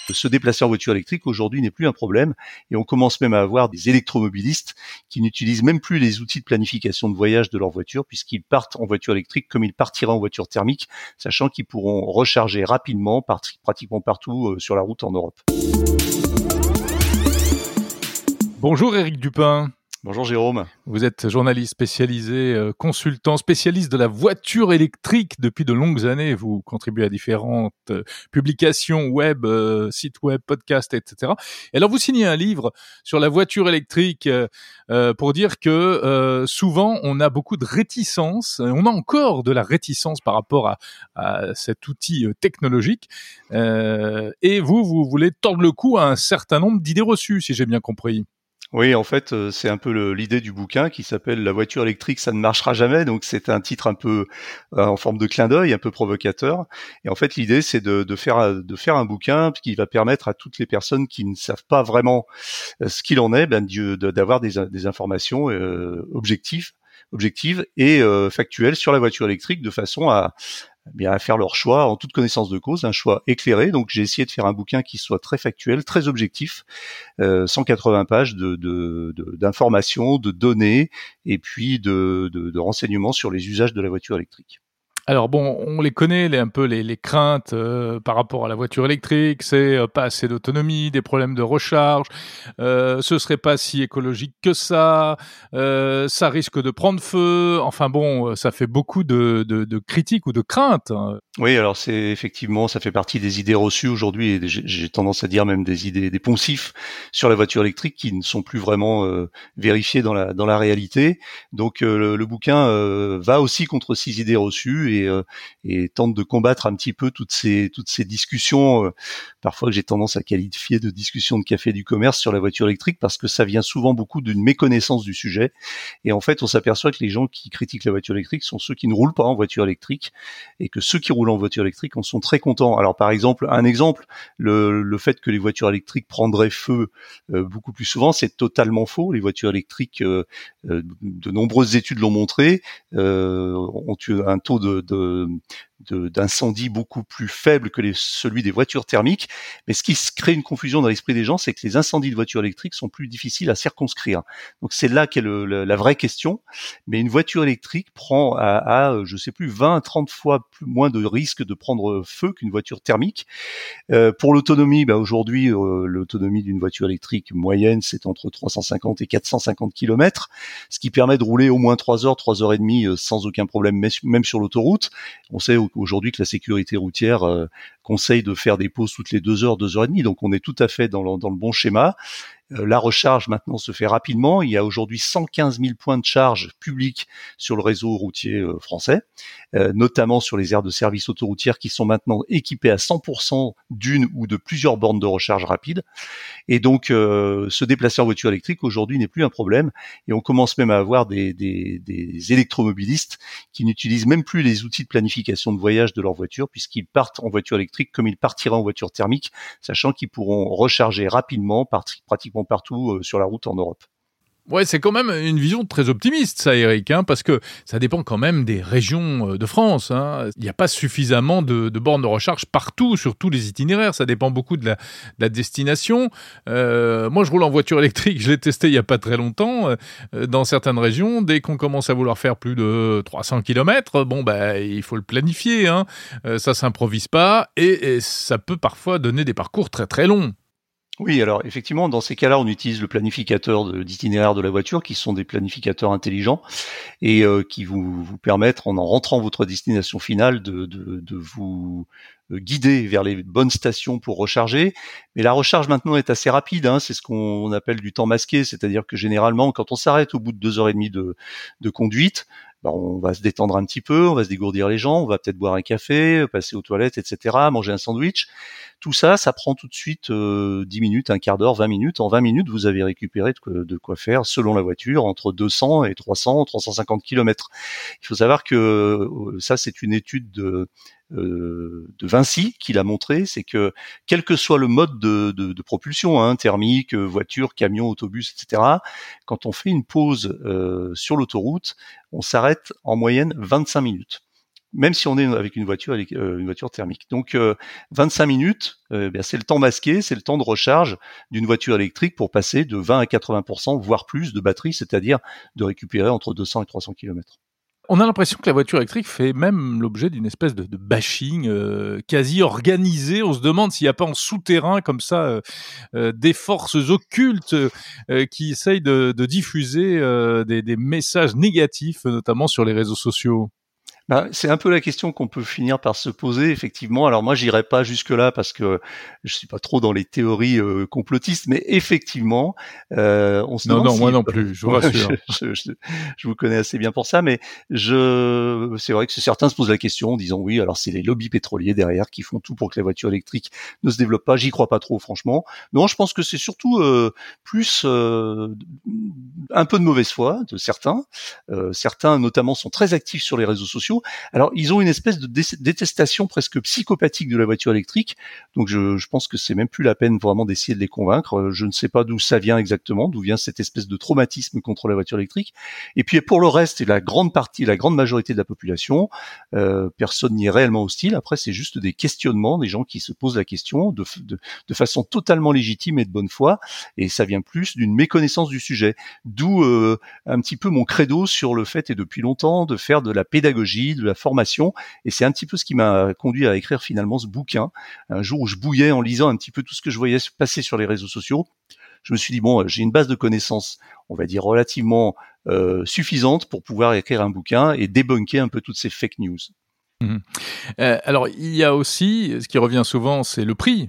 Se déplacer en voiture électrique aujourd'hui n'est plus un problème et on commence même à avoir des électromobilistes qui n'utilisent même plus les outils de planification de voyage de leur voiture puisqu'ils partent en voiture électrique comme ils partiraient en voiture thermique, sachant qu'ils pourront recharger rapidement pratiquement partout sur la route en Europe. Bonjour Éric Dupin. Bonjour Jérôme. Vous êtes journaliste spécialisé, consultant, spécialiste de la voiture électrique depuis de longues années. Vous contribuez à différentes publications web, sites web, podcasts, etc. Et alors vous signez un livre sur la voiture électrique pour dire que souvent on a beaucoup de réticence, on a encore de la réticence par rapport à cet outil technologique. Et vous voulez tordre le cou à un certain nombre d'idées reçues, si j'ai bien compris. Oui, en fait, c'est un peu l'idée du bouquin qui s'appelle La voiture électrique, ça ne marchera jamais. Donc, c'est un titre un peu en forme de clin d'œil, un peu provocateur. Et en fait, l'idée, c'est de faire un bouquin qui va permettre à toutes les personnes qui ne savent pas vraiment ce qu'il en est, d'avoir des informations objectives et factuelles sur la voiture électrique de façon à faire leur choix en toute connaissance de cause, un choix éclairé. Donc j'ai essayé de faire un bouquin qui soit très factuel, très objectif, 180 pages d'informations, de données et puis de renseignements sur les usages de la voiture électrique. Alors bon, on les connaît, les craintes par rapport à la voiture électrique, c'est pas assez d'autonomie, des problèmes de recharge, ce serait pas si écologique que ça risque de prendre feu, enfin bon, ça fait beaucoup de critiques ou de craintes. Oui, alors c'est effectivement, ça fait partie des idées reçues aujourd'hui et j'ai tendance à dire même des poncifs sur la voiture électrique qui ne sont plus vraiment vérifiés dans la réalité. Donc le bouquin va aussi contre ces idées reçues et tente de combattre un petit peu toutes ces discussions, parfois que j'ai tendance à qualifier de discussions de café du commerce sur la voiture électrique parce que ça vient souvent beaucoup d'une méconnaissance du sujet. Et en fait, on s'aperçoit que les gens qui critiquent la voiture électrique sont ceux qui ne roulent pas en voiture électrique et que ceux qui roulent en voiture électrique en sont très contents. Alors par exemple, le fait que les voitures électriques prendraient feu beaucoup plus souvent, c'est totalement faux. Les voitures électriques, de nombreuses études l'ont montré, ont eu un taux d'incendie beaucoup plus faible que celui des voitures thermiques. Mais ce qui crée une confusion dans l'esprit des gens, c'est que les incendies de voitures électriques sont plus difficiles à circonscrire. Donc c'est là qu'est la vraie question. Mais une voiture électrique prend je sais plus, 20, 30 fois moins de risque de prendre feu qu'une voiture thermique. Pour l'autonomie, aujourd'hui, l'autonomie d'une voiture électrique moyenne, c'est entre 350 et 450 km, ce qui permet de rouler au moins 3 heures, 3 heures et demie sans aucun problème, même sur l'autoroute. On sait aujourd'hui que la sécurité routière conseille de faire des pauses toutes les 2 heures, 2 heures et demie, donc on est tout à fait dans le bon schéma. La recharge maintenant se fait rapidement. Il y a aujourd'hui 115 000 points de charge publics sur le réseau routier français, notamment sur les aires de service autoroutières qui sont maintenant équipées à 100% d'une ou de plusieurs bornes de recharge rapide. Et donc, se déplacer en voiture électrique aujourd'hui n'est plus un problème. Et on commence même à avoir des électromobilistes qui n'utilisent même plus les outils de planification de voyage de leur voiture puisqu'ils partent en voiture électrique comme ils partiraient en voiture thermique, sachant qu'ils pourront recharger rapidement pratiquement partout sur la route en Europe. Ouais, c'est quand même une vision très optimiste, ça, Eric, parce que ça dépend quand même des régions de France. Il n'y a pas suffisamment de bornes de recharge partout, sur tous les itinéraires. Ça dépend beaucoup de la destination. Moi, je roule en voiture électrique. Je l'ai testé il n'y a pas très longtemps. Dans certaines régions, dès qu'on commence à vouloir faire plus de 300 km, il faut le planifier. Ça s'improvise pas et ça peut parfois donner des parcours très très longs. Oui, alors effectivement, dans ces cas-là, on utilise le planificateur d'itinéraire de la voiture, qui sont des planificateurs intelligents et qui vous permettent, en rentrant votre destination finale, de vous guider vers les bonnes stations pour recharger. Mais la recharge maintenant est assez rapide, c'est ce qu'on appelle du temps masqué, c'est-à-dire que généralement, quand on s'arrête au bout de 2 heures et demie de conduite, on va se détendre un petit peu, on va se dégourdir les jambes, on va peut-être boire un café, passer aux toilettes, etc., manger un sandwich. Tout ça, ça prend tout de suite 10 minutes, un quart d'heure, 20 minutes. En 20 minutes, vous avez récupéré de quoi faire, selon la voiture, entre 200 et 300, 350 km. Il faut savoir que ça, c'est une étude de Vinci qui l'a montré, c'est que quel que soit le mode de propulsion, thermique, voiture, camion, autobus, etc., quand on fait une pause sur l'autoroute, on s'arrête en moyenne 25 minutes. même si on est avec une voiture thermique. Donc 25 minutes, c'est le temps masqué, c'est le temps de recharge d'une voiture électrique pour passer de 20 à 80%, voire plus de batterie, c'est-à-dire de récupérer entre 200 et 300 km. On a l'impression que la voiture électrique fait même l'objet d'une espèce de bashing quasi organisé. On se demande s'il n'y a pas en souterrain comme ça des forces occultes qui essayent de diffuser des messages négatifs, notamment sur les réseaux sociaux. C'est un peu la question qu'on peut finir par se poser, effectivement. Alors moi, j'irai pas jusque-là parce que je suis pas trop dans les théories complotistes, mais effectivement, on se demande Non, moi non plus, je vous rassure. je vous connais assez bien pour ça, mais c'est vrai que certains se posent la question en disant oui, alors c'est les lobbies pétroliers derrière qui font tout pour que la voiture électrique ne se développe pas. J'y crois pas trop, franchement. Non, je pense que c'est surtout plus un peu de mauvaise foi de certains. Certains, notamment, sont très actifs sur les réseaux sociaux. Alors, ils ont une espèce de détestation presque psychopathique de la voiture électrique. Donc, je pense que c'est même plus la peine vraiment d'essayer de les convaincre. Je ne sais pas d'où ça vient exactement, d'où vient cette espèce de traumatisme contre la voiture électrique. Et puis, pour le reste, et la grande majorité de la population, personne n'y est réellement hostile. Après, c'est juste des questionnements, des gens qui se posent la question de façon totalement légitime et de bonne foi. Et ça vient plus d'une méconnaissance du sujet. D'où un petit peu mon credo sur le fait, et depuis longtemps, de faire de la pédagogie, de la formation, et c'est un petit peu ce qui m'a conduit à écrire finalement ce bouquin. Un jour où je bouillais en lisant un petit peu tout ce que je voyais se passer sur les réseaux sociaux, je me suis dit bon, j'ai une base de connaissances, on va dire relativement suffisante pour pouvoir écrire un bouquin et débunker un peu toutes ces fake news. Mmh. Alors, il y a aussi, ce qui revient souvent, c'est le prix,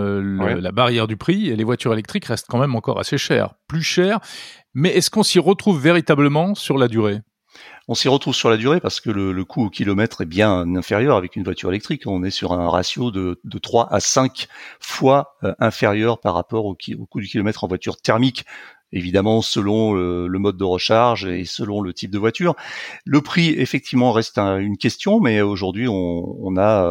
la barrière du prix, et les voitures électriques restent quand même encore assez chères, plus chères, mais est-ce qu'on s'y retrouve véritablement sur la durée ? On s'y retrouve sur la durée parce que le coût au kilomètre est bien inférieur avec une voiture électrique. On est sur un ratio de 3 à 5 fois inférieur par rapport au coût du kilomètre en voiture thermique. Évidemment, selon le mode de recharge et selon le type de voiture. Le prix, effectivement, reste une question, mais aujourd'hui, on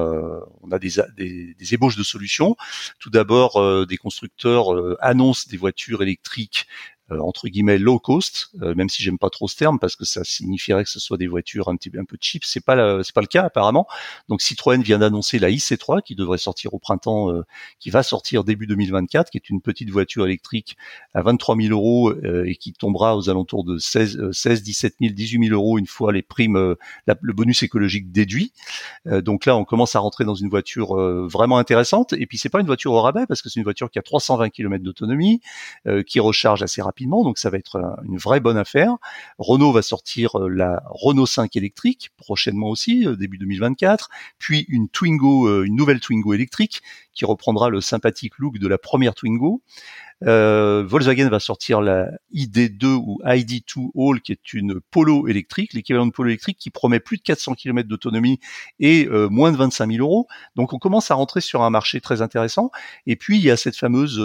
a des ébauches de solutions. Tout d'abord, des constructeurs annoncent des voitures électriques entre guillemets low cost, même si j'aime pas trop ce terme parce que ça signifierait que ce soit des voitures un peu cheap. C'est pas le cas apparemment. Donc Citroën vient d'annoncer la IC3 qui devrait sortir au printemps, qui va sortir début 2024, qui est une petite voiture électrique à 23 000 euros et qui tombera aux alentours de 16, 17 000, 18 000 euros une fois les primes, le bonus écologique déduit. Donc là, on commence à rentrer dans une voiture vraiment intéressante. Et puis c'est pas une voiture au rabais parce que c'est une voiture qui a 320 km d'autonomie, qui recharge assez rapidement. Donc ça va être une vraie bonne affaire. Renault va sortir la Renault 5 électrique prochainement aussi, début 2024, puis une nouvelle Twingo électrique qui reprendra le sympathique look de la première Twingo. Volkswagen va sortir la ID2 ou ID2 All, qui est une Polo électrique, l'équivalent de Polo électrique, qui promet plus de 400 km d'autonomie et moins de 25 000 euros. Donc on commence à rentrer sur un marché très intéressant. Et puis il y a ce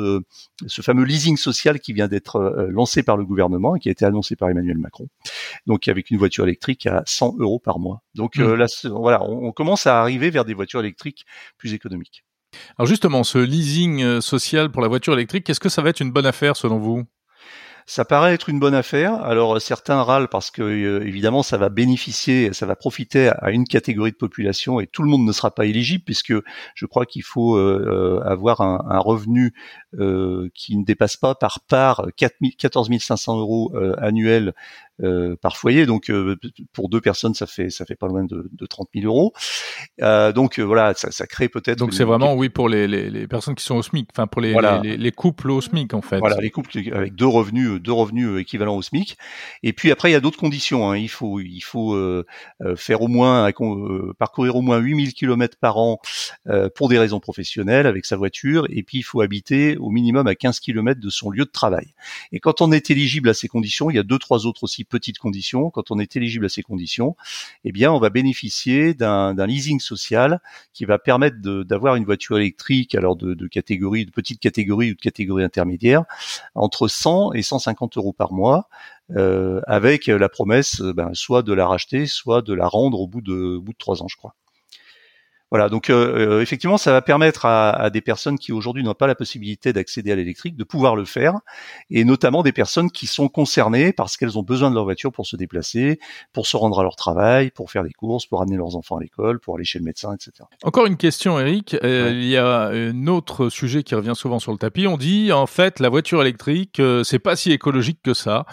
fameux leasing social qui vient d'être lancé par le gouvernement et qui a été annoncé par Emmanuel Macron. Donc avec une voiture électrique à 100 euros par mois. Donc là, voilà, on commence à arriver vers des voitures électriques plus économiques. Alors justement, ce leasing social pour la voiture électrique, est-ce que ça va être une bonne affaire selon vous ? Ça paraît être une bonne affaire. Alors certains râlent parce que évidemment ça va profiter à une catégorie de population et tout le monde ne sera pas éligible puisque je crois qu'il faut avoir un revenu qui ne dépasse pas par part 14 500 euros annuels par foyer. Donc pour deux personnes ça fait pas loin de 30 000 euros. Donc voilà, ça crée peut-être. Donc c'est vraiment oui pour les personnes qui sont au SMIC, enfin pour les couples au SMIC en fait. Voilà, les couples avec deux revenus équivalents au SMIC. Et puis après il y a d'autres conditions. Il faut faire au moins parcourir au moins 8000 km par an pour des raisons professionnelles avec sa voiture. Et puis il faut habiter au minimum à 15 km de son lieu de travail. Et quand on est éligible à ces conditions, il y a 2-3 autres aussi petites conditions. Quand on est éligible à ces conditions, eh bien on va bénéficier d'un leasing social qui va permettre d'avoir une voiture électrique, alors de petite catégorie ou de catégorie intermédiaire, entre 100 et 150 euros par mois, avec la promesse soit de la racheter, soit de la rendre au bout de 3 ans, je crois. Voilà, donc effectivement, ça va permettre à des personnes qui aujourd'hui n'ont pas la possibilité d'accéder à l'électrique de pouvoir le faire, et notamment des personnes qui sont concernées parce qu'elles ont besoin de leur voiture pour se déplacer, pour se rendre à leur travail, pour faire des courses, pour amener leurs enfants à l'école, pour aller chez le médecin, etc. Encore une question, Eric. Ouais. Il y a un autre sujet qui revient souvent sur le tapis. On dit, en fait, la voiture électrique, c'est pas si écologique que ça.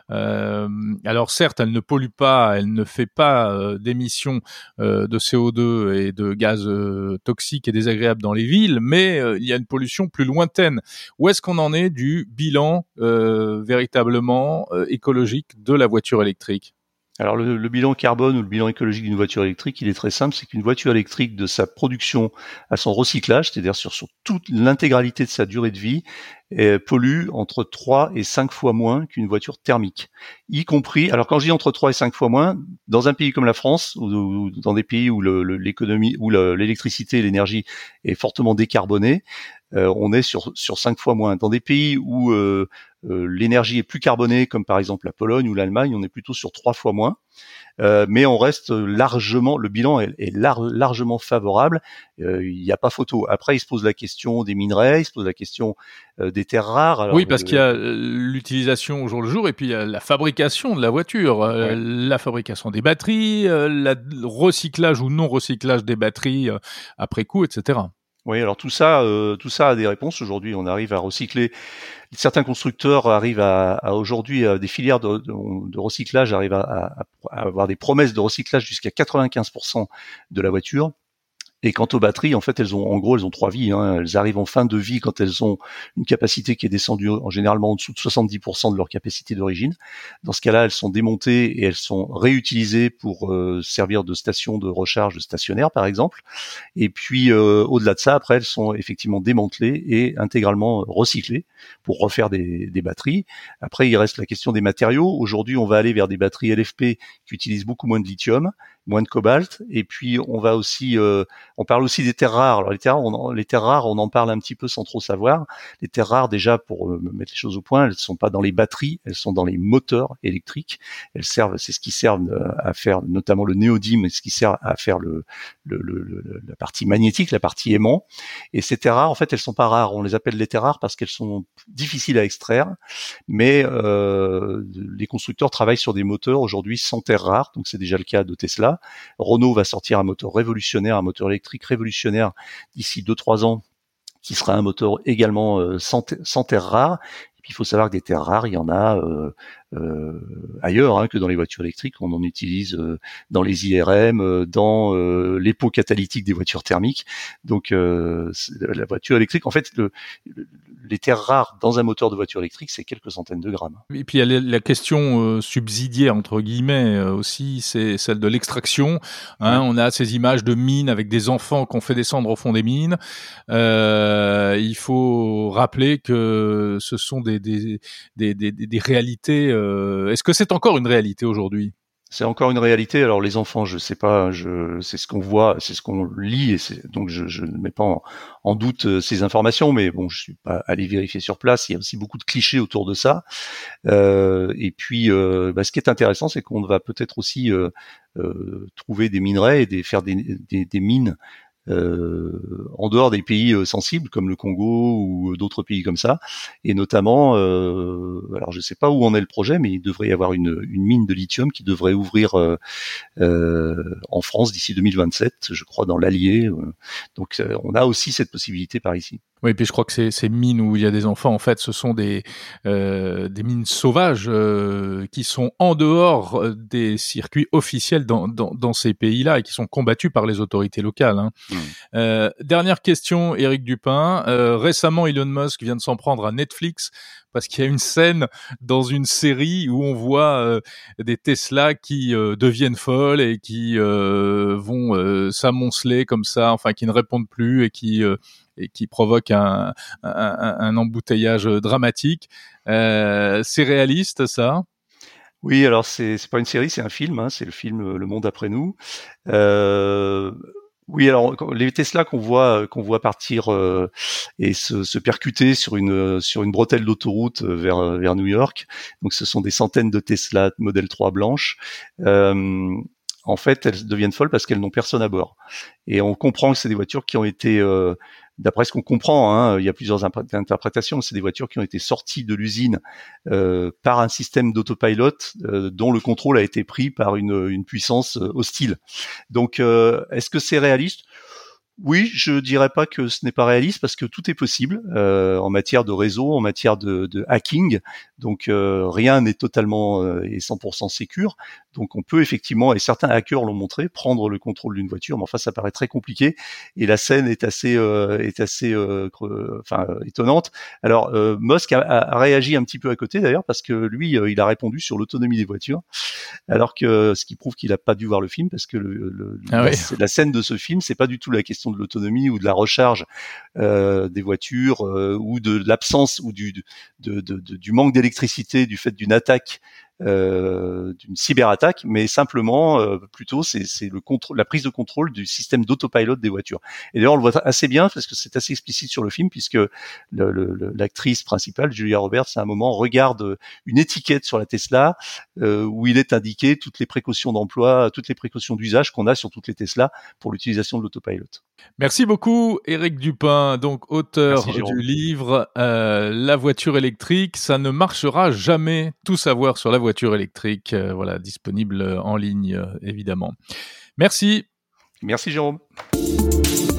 Alors certes, elle ne pollue pas, elle ne fait pas d'émissions de CO2 et de gaz toxiques et désagréables dans les villes, mais il y a une pollution plus lointaine. Où est-ce qu'on en est du bilan véritablement écologique de la voiture électrique ? Alors le bilan carbone ou le bilan écologique d'une voiture électrique, il est très simple, c'est qu'une voiture électrique, de sa production à son recyclage, c'est-à-dire sur toute l'intégralité de sa durée de vie, pollue entre 3 et 5 fois moins qu'une voiture thermique. Y compris, alors quand je dis entre 3 et 5 fois moins, dans un pays comme la France, ou dans des pays où l'économie, où l'électricité et l'énergie est fortement décarbonée, on est sur 5 fois moins. Dans des pays où l'énergie est plus carbonée, comme par exemple la Pologne ou l'Allemagne, on est plutôt sur 3 fois moins. Mais on reste largement, le bilan est largement favorable. Il n'y a pas photo. Après, il se pose la question des minerais, il se pose la question des terres rares. Alors, oui, parce qu'il y a l'utilisation au jour le jour et puis il y a la fabrication de la voiture, ouais. La fabrication des batteries, le recyclage ou non recyclage des batteries après coup, etc. Oui, alors tout ça a des réponses. Aujourd'hui, on arrive à recycler. Certains constructeurs arrivent à aujourd'hui, des filières de recyclage arrivent à avoir des promesses de recyclage jusqu'à 95% de la voiture. Et quant aux batteries, en fait, elles ont 3 vies. Hein. Elles arrivent en fin de vie quand elles ont une capacité qui est descendue généralement en dessous de 70% de leur capacité d'origine. Dans ce cas-là, elles sont démontées et elles sont réutilisées pour servir de station de recharge stationnaire, par exemple. Et puis, au-delà de ça, après, elles sont effectivement démantelées et intégralement recyclées pour refaire des batteries. Après, il reste la question des matériaux. Aujourd'hui, on va aller vers des batteries LFP qui utilisent beaucoup moins de lithium, moins de cobalt. Et puis, on va aussi on parle aussi des terres rares. Alors les terres rares, on en parle un petit peu sans trop savoir. Les terres rares, déjà, pour mettre les choses au point, elles sont pas dans les batteries, elles sont dans les moteurs électriques. C'est ce qui sert à faire, notamment le néodyme, ce qui sert à faire la partie magnétique, la partie aimant. Et ces terres rares, en fait, elles sont pas rares. On les appelle les terres rares parce qu'elles sont difficiles à extraire. Mais les constructeurs travaillent sur des moteurs aujourd'hui sans terres rares. Donc c'est déjà le cas de Tesla. Renault va sortir un moteur révolutionnaire, un moteur électrique révolutionnaire d'ici 2-3 ans, qui sera un moteur également sans terres rares. Et puis il faut savoir que des terres rares, il y en a ailleurs que dans les voitures électriques. On en utilise dans les IRM, dans les pots catalytiques des voitures thermiques. Donc la voiture électrique, en fait, les terres rares dans un moteur de voiture électrique, c'est quelques centaines de grammes. Et puis il y a la question subsidiaire entre guillemets aussi, c'est celle de l'extraction. Hein, on a ces images de mines avec des enfants qu'on fait descendre au fond des mines. Il faut rappeler que ce sont des réalités. Est-ce que c'est encore une réalité aujourd'hui ? C'est encore une réalité. Alors les enfants, je sais pas, c'est ce qu'on voit, c'est ce qu'on lit, et donc je ne mets pas en doute ces informations, mais bon, je suis pas allé vérifier sur place. Il y a aussi beaucoup de clichés autour de ça. Et puis, ce qui est intéressant, c'est qu'on va peut-être aussi trouver des minerais et faire des mines en dehors des pays sensibles comme le Congo ou d'autres pays comme ça, et notamment, alors je sais pas où en est le projet, mais il devrait y avoir une mine de lithium qui devrait ouvrir en France d'ici 2027, je crois, dans l'Allier. Donc on a aussi cette possibilité par ici. Oui, puis je crois que ces mines où il y a des enfants, en fait, ce sont des mines sauvages qui sont en dehors des circuits officiels dans ces pays-là et qui sont combattus par les autorités locales. Hein. Dernière question, Éric Dupin. Récemment, Elon Musk vient de s'en prendre à Netflix parce qu'il y a une scène dans une série où on voit des Tesla qui deviennent folles et qui vont s'amonceler comme ça, enfin qui ne répondent plus et qui provoque un embouteillage dramatique. C'est réaliste, ça ? Oui, alors c'est pas une série, c'est un film. C'est le film Le Monde après nous. Oui, alors les Tesla qu'on voit partir et se percuter sur une bretelle d'autoroute vers New York. Donc ce sont des centaines de Tesla Model 3 blanches. En fait, elles deviennent folles parce qu'elles n'ont personne à bord. Et on comprend que c'est des voitures qui ont été, d'après ce qu'on comprend, hein, il y a plusieurs interprétations, c'est des voitures qui ont été sorties de l'usine par un système d'autopilot dont le contrôle a été pris par une puissance hostile. Donc, est-ce que c'est réaliste ? Oui, je dirais pas que ce n'est pas réaliste parce que tout est possible en matière de réseau, en matière de hacking. Donc rien n'est totalement et 100% sécure. Donc on peut effectivement, et certains hackers l'ont montré, prendre le contrôle d'une voiture, mais enfin ça paraît très compliqué. Et la scène est assez étonnante. Alors Musk a réagi un petit peu à côté d'ailleurs parce que lui il a répondu sur l'autonomie des voitures, alors que ce qui prouve qu'il n'a pas dû voir le film parce que la scène de ce film, c'est pas du tout la question de l'autonomie ou de la recharge des voitures ou de l'absence ou du manque d'électricité du fait d'une attaque, d'une cyberattaque, mais simplement plutôt c'est le contrôle, la prise de contrôle du système d'autopilot des voitures. Et d'ailleurs on le voit assez bien parce que c'est assez explicite sur le film puisque l'actrice principale Julia Roberts à un moment regarde une étiquette sur la Tesla où il est indiqué toutes les précautions d'emploi, toutes les précautions d'usage qu'on a sur toutes les Tesla pour l'utilisation de l'autopilot. Merci beaucoup Éric Dupin, donc auteur du livre La voiture électrique, ça ne marchera jamais, tout savoir sur la voiture électrique, voilà, disponible en ligne évidemment. Merci. Merci Jérôme.